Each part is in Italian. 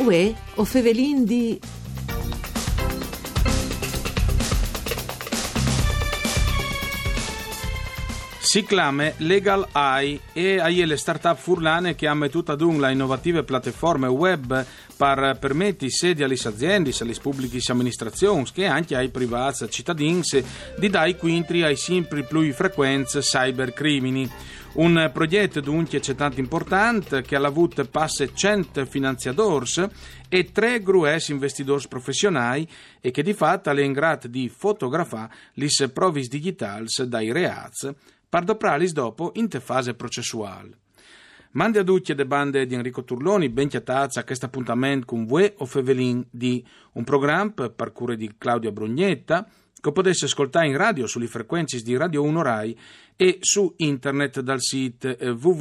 Uè, o Fevelin di... Si chiama Legal Eye e hai le start-up furlane che hanno tutta la innovative piattaforme web per permetti sedi alle aziende, alle pubbliche amministrazioni che anche ai privati cittadini di dare quintri ai sempre più frequenti cybercrimini. Un progetto dunque c'è tanto importante che ha avuto passe 100 finanziatori e 3 grues investitori professionali e che di fatto è in grado di fotografare le prove digitali dai reati per doprarli dopo in te fase processuale. Mandi a tutti le bande di Enrico Turloni, ben chiatazza a questo appuntamento con Vue o Fevelin di un programma per cura di Claudia Brugnetta che potesse ascoltare in radio sulle frequenze di Radio 1 Rai e su internet dal sito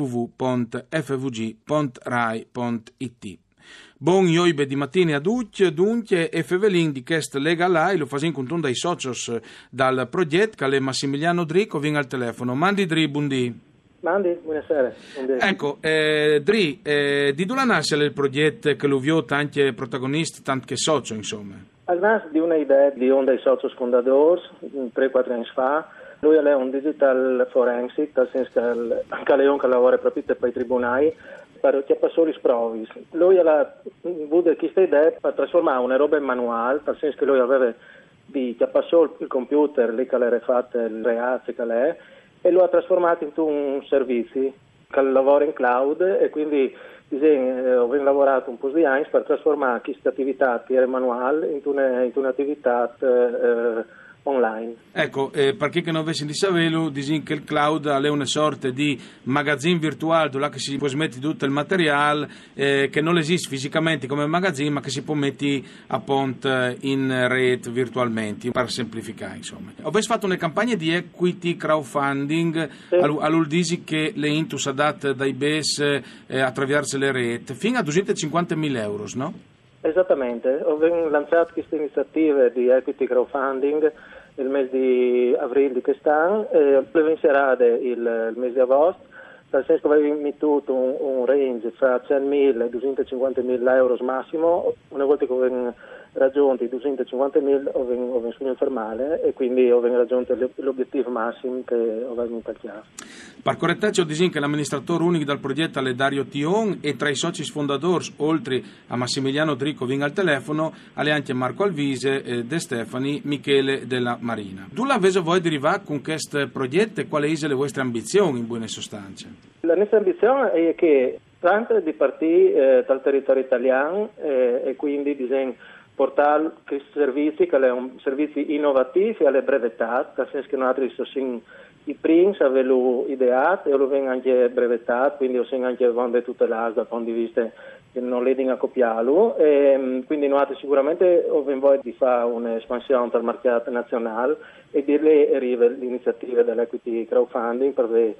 www.fvg.rai.it. Buon ioibe di mattina a tutti, dunque, e Fevelin di questa Lega Lai lo fasin con dai socios dal progetto che è Massimiliano Drico viene al telefono. Mandi Dri, buondì. Mandi, buonasera. Ecco, Dri, di dove nasce il progetto che lo vio tanti protagonisti, tanti che socio, insomma? Al nasce di una idea di uno dei socios fondatori, 3-4 anni fa. Lui è un digital forensic, nel senso che lavora proprio per i tribunali, che fa solo i provi. Lui ha avuto questa idea per trasformare una roba in manuale, nel senso che lui aveva di che solo il computer lì che l'era fatto il reazzi che l'è, e lo ha trasformato in un servizio che lavora in cloud e quindi ho lavorato un po' di anni per trasformare questa attività che era manuale in un'attività online. Ecco, per chi che non avesse di saperlo, dicono che il cloud è una sorta di magazzino virtuale dove si può mettere tutto il materiale che non esiste fisicamente come magazzino, ma che si può mettere appunto in rete virtualmente, per semplificare, insomma. Avete fatto una campagna di equity crowdfunding, sì. All'Uldisi che le Intus ha dato dai BES attraverso le reti, fino a 250.000 euro, no? Esattamente, ho lanciato queste iniziative di equity crowdfunding il mese di aprile di quest'anno e le inserate il mese di agosto, nel senso che avevo mettuto un range fra 100.000 e 250.000 euro massimo. Una volta che ho raggiunto i 250.000 ho sognato fermare e quindi ho raggiunto l'obiettivo massimo che avevo impacchiato. Per correttezza dicono che l'amministratore unico del progetto è Dario Tion e tra i soci fondatori, oltre a Massimiliano Drico vinga al telefono, alle anche Marco Alvise, De Stefani, Michele della Marina. Tu l'avete voi derivare con questo progetto e quali sono le vostre ambizioni in buone sostanze? La nostra ambizione è che tanto di partire dal territorio italiano e quindi portare questi servizi che sono servizi innovativi alle brevetà, nel senso che noi siamo i primi avevano ideato e lo vengono anche brevettato, quindi lo vengono anche vendere tutelato dal punto di vista che non le a copiarlo, e quindi noi sicuramente abbiamo voglia di fare un'espansione dal mercato nazionale e dirle arriva l'iniziativa dell'equity crowdfunding per avere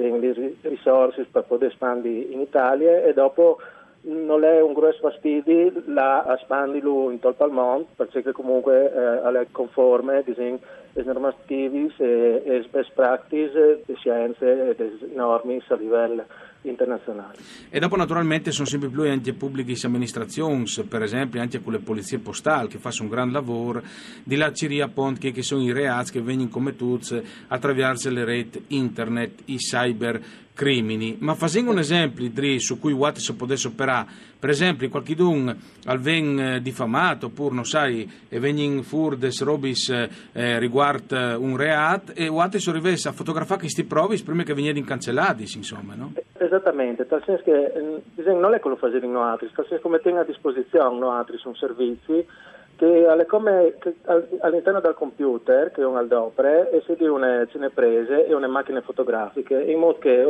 le risorse per poter espandere in Italia e dopo non è un grosso fastidio a espandirlo in tutto il mondo perché comunque è conforme alle normative e best practice di scienze e di norme a livello internazionale. E dopo naturalmente sono sempre più anche pubbliche amministrazioni, per esempio anche con le polizie postali che fanno un gran lavoro di lacciria appunto che sono i reati che vengono commettuti attraverso le reti internet, i cyber crimini. Ma facendo un esempio su cui Watt si potesse operare, per esempio qualcuno al ven diffamato oppure non sai e vengono fuori des robis riguardo un reato e Watt si arrivasse a fotografare questi provi prima che venissero cancellati, insomma, no? Esattamente, nel senso che non è quello che facciamo noi altri, nel senso come tengono a disposizione noi altri sono servizi che all'interno del computer che è un aldopre e si di una cineprese e una macchine fotografiche in modo che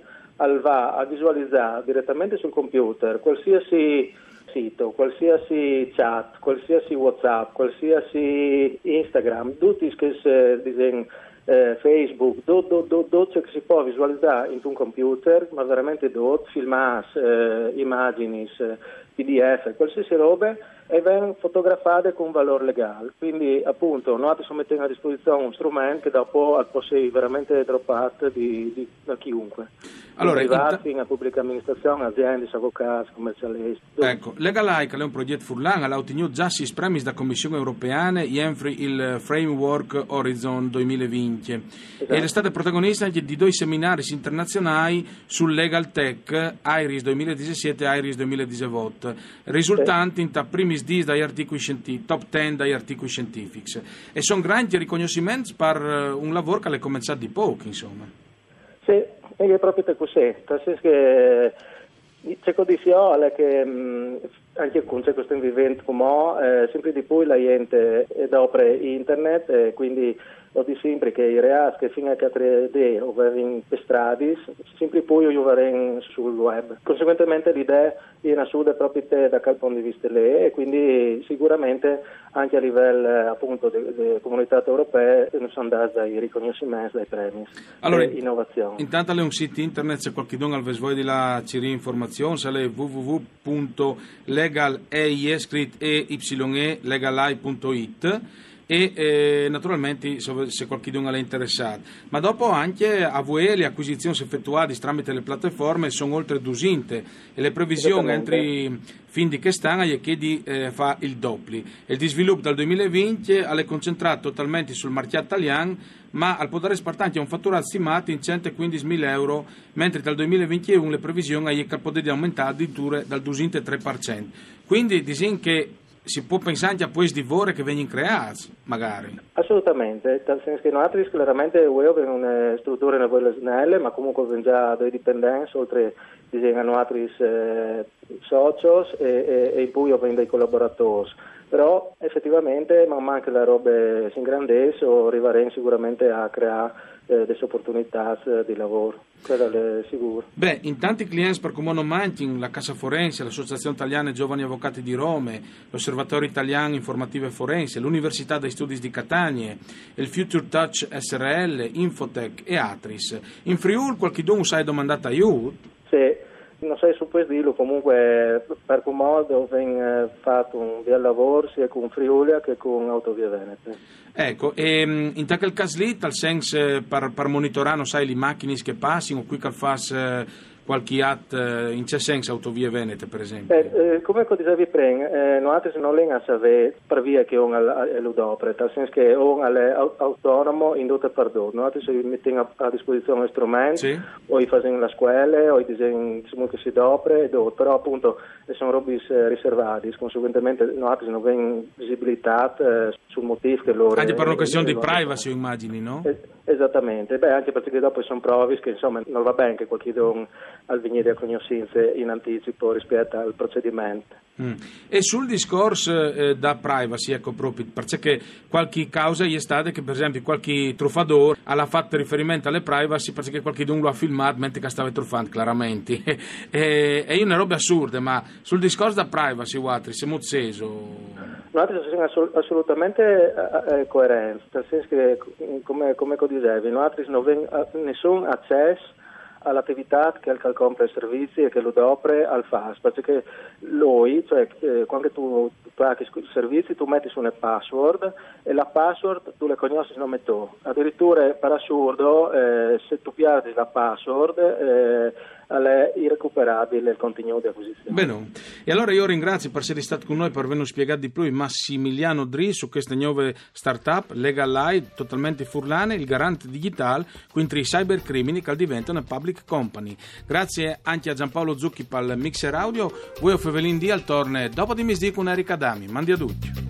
va a visualizzare direttamente sul computer qualsiasi sito, qualsiasi chat, qualsiasi WhatsApp, qualsiasi Instagram, tutti che Facebook, che si può visualizzare in un computer, ma veramente filmare, immagini, PDF, qualsiasi roba e vengono fotografate con un valore legale. Quindi appunto noi mettiamo a disposizione un strumento che dopo può essere veramente droppato da chiunque. Allora, privati, in pubblica amministrazione, aziende, avvocati, commercialisti. Ecco, Legalike è un progetto furlan, ha ottenuto già 6 premi da Commissione Europea entri il Framework Horizon 2020 Esatto. ed è stata protagonista anche di 2 seminari internazionali sul Legal Tech Iris 2017 e Iris 2018, risultanti in primi dis dagli articoli top 10 dagli articoli scientifici, e sono grandi riconoscimenti per un lavoro che è cominciato di poco, insomma. Sì, è proprio così, nel senso che c'è condizione che anche con questo vivente come sempre di più la gente è dopo internet, e quindi lo di sempre che i reati che fino a 3D o vengono per strade sempre più vengono sul web. Conseguentemente l'idea è una suda proprio da quel punto di vista lì, e quindi sicuramente anche a livello appunto delle comunità europee non sono dati dai riconoscimenti, dai premi Allora, di innovazione. Intanto è un sito internet, se qualcuno al vesvoi di la ciri informazione, è www.legalai.it e naturalmente se qualcuno è interessato. Ma dopo anche a voi le acquisizioni effettuate tramite le piattaforme sono oltre 200 e le previsioni entro fin di quest'anno è che di fa il doppio. Il di sviluppo dal 2020 è concentrato totalmente sul marchiato italiano, ma al potere spartante è un fatturato stimato in 115.000 euro, mentre dal 2021 le previsioni è che potete aumentare addirittura dal 203%. Quindi dicono che si può pensare anche a questi divore che vengono creati, magari. Assolutamente, nel senso che noi chiaramente abbiamo una struttura snelle, ma comunque abbiamo già dei dipendenti, oltre a altri socios e in poi abbiamo dei collaboratori. Però effettivamente man mano che la roba si ingrandisce arriveremo sicuramente a creare delle opportunità di lavoro, quello è sicuro. Beh, in tanti clienti per Comono Mantin, la Cassa Forense, l'Associazione Italiana Giovani Avvocati di Roma, l'Osservatorio Italiano Informative Forense, l'Università dei Studi di Catania, il Future Touch SRL, Infotech e Atris. In Friuli qualcuno si è domandato aiuto? Sì. Non so se puoi dirlo, comunque per quel modo viene fatto un bel lavoro sia con Friuli che con Autovie Venete. Ecco, e in tal caso lì, tal senso per monitorare, non sai, le macchine che passano o qui che fa qualche atto, in che senso Autovie Venete, per esempio? Come dicevi prima, noi non abbiamo a sapere per via che on è l'udopre, nel senso che on è autonomo in tutte per tutto. Noi ci mettiamo a disposizione strumenti, sì, o i facciamo la scuola, o i disegni che si dopre, però appunto sono robe riservate, conseguentemente noi non abbiamo visibilità sul motivo che loro... Anche per una questione di privacy, immagini, no? Esattamente, anche perché dopo sono prove che insomma non va bene che qualcuno al venire a conoscenze in anticipo rispetto al procedimento. E sul discorso da privacy, ecco, proprio perché qualche causa è stata che per esempio qualche truffador ha fatto riferimento alle privacy perché qualcuno lo ha filmato mentre che stava truffando, chiaramente. E è una roba assurda, ma sul discorso da privacy, Watri, siamo acceso. Noi siamo assolutamente coerenti, nel senso che, come dicevi, noi non abbiamo nessun accesso all'attività che il compra i servizi e che lo dopre al FAS, perché lui, cioè quando tu paghi i servizi tu metti su una password e la password tu le conosci non tu. Addirittura per assurdo se tu perdi la password è irrecuperabile il contenuto di acquisizione. Bene, e allora io ringrazio per essere stato con noi, per averci spiegato di più Massimiliano Dri su queste nuove start-up Legalai totalmente furlane, il garante digitale contro i cybercrimini che diventano public company. Grazie anche a Giampaolo Zucchi per il mixer audio. Voi Fevelin di al torne dopo di misdì con Erika Dami. Mandi a tutti.